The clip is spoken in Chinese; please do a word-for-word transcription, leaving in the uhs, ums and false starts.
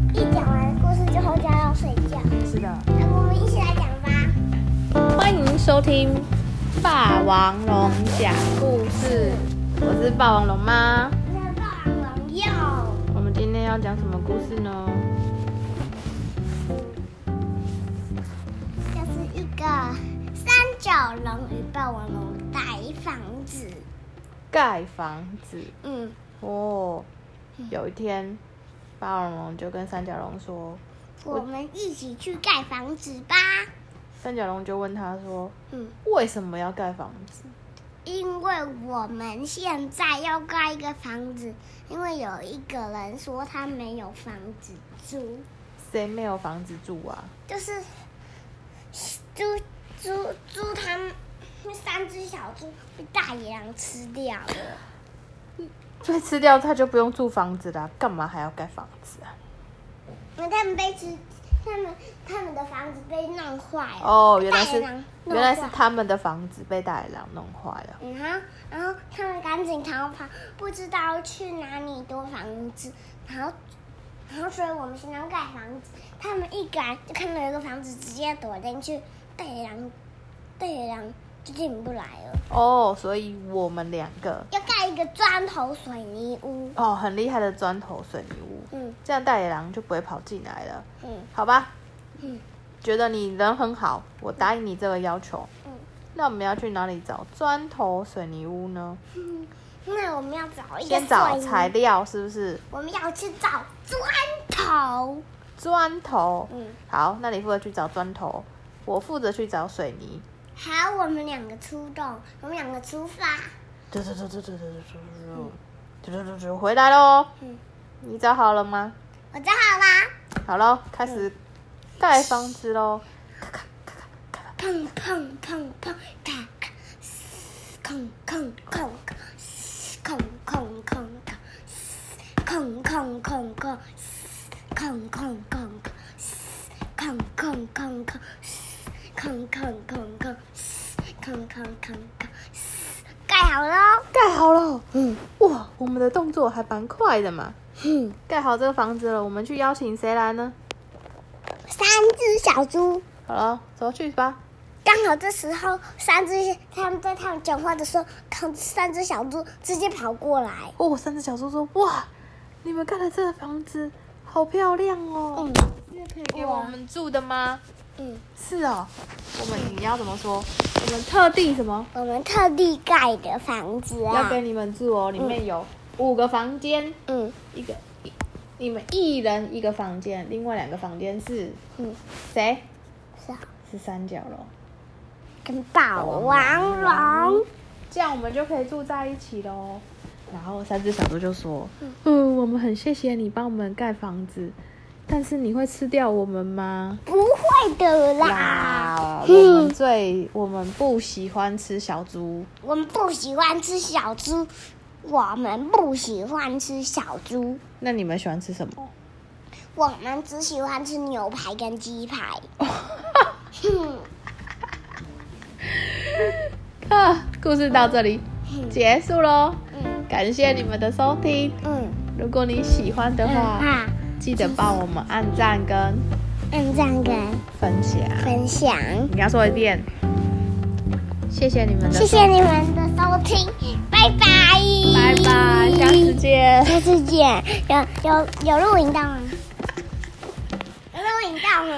一讲完故事之后就要睡觉。 是的。 那我们一起来讲吧。 欢迎收听《霸王龙讲故事》，我是霸王龙妈。 我是霸王龙佑。 我们今天要讲什么故事呢？ 就是一个三角龙与霸王龙盖房子。 盖房子。 嗯。 哦，有一天，霸王龙就跟三角龙说：“ 我们一起去盖房子吧。” 三角龙就问他说：“ 嗯， 为什么要盖房子？” 因为我们现在要盖一个房子，因为有一个人说他没有房子住。 谁没有房子住啊？ 就是猪猪猪，他们那三只小猪被大野狼吃掉了。 被吃掉，他就不用住房子啦，干嘛还要盖房子啊？ 因为他们被吃，他们他们的房子被弄坏了。 哦，原来是原原来是他们的房子被大野狼弄坏了。 嗯，然后然后他们赶紧逃跑，不知道去哪里躲房子，然后然后所以我们现在要盖房子，他们一赶就看到有一个房子，直接躲进去，大野狼大野狼就进不来了。 哦，所以我们两个要盖一个砖头水泥屋。 哦，很厉害的砖头水泥屋。 嗯， 这样大野狼就不会跑进来了。 嗯， 好吧。 嗯， 觉得你人很好，我答应你这个要求。 嗯， 那我们要去哪里找砖头水泥屋呢？ 嗯，那我们要找一个先找水泥材料，是不是？ 我们要去找砖头。 砖头。 嗯， 好，那你负责去找砖头，我负责去找水泥。 好，我们两个出动，我们两个出发。 走走走走走走走走走走走走，回来喽。 嗯， 你找好了吗？ 我找好啦。 好喽，开始盖房子喽。 砰砰砰砰，咔咔，空空空空空空空空空空空空空空空空空空空。空空空空，空空空空，盖好了， 盖好了。 嗯， 哇，我们的动作还蛮快的嘛。 嗯， 盖好这个房子了，我们去邀请谁来呢？ 三只小猪。 好了，走去吧。 刚好这时候，三只他们在他们讲话的时候，看三只小猪直接跑过来。 哦，三只小猪说：“哇，你们盖的这个房子好漂亮哦。 嗯， 这可以给我们住的吗？” 嗯， 是哦。我们你要怎么说？我们特地什么？ 我们特地盖的房子啊， 要给你们住哦，里面有五个房间。 嗯， 一个一你们一人一个房间，另外两个房间是嗯， 谁？ 是啊， 是三角龙跟霸王龙。 这样我们就可以住在一起喽。然后三只小猪就说：“嗯，我们很谢谢你帮我们盖房子，但是你会吃掉我们吗？” 不会的啦， 啦，我们最我们不喜欢吃小猪。 我们不喜欢吃小猪，我们不喜欢吃小猪， 那你们喜欢吃什么？ 我们只喜欢吃牛排跟鸡排。哼， 啊，故事到这里结束喽。 嗯感谢你们的收听。 嗯， 如果你喜欢的话， 啊， 记得帮我们按赞跟按赞跟分享。 分享， 你要说一遍。谢谢你们的收谢谢你们的收听，拜拜， 拜拜，下次见。 下次见。有有有录影到吗？有录影到吗？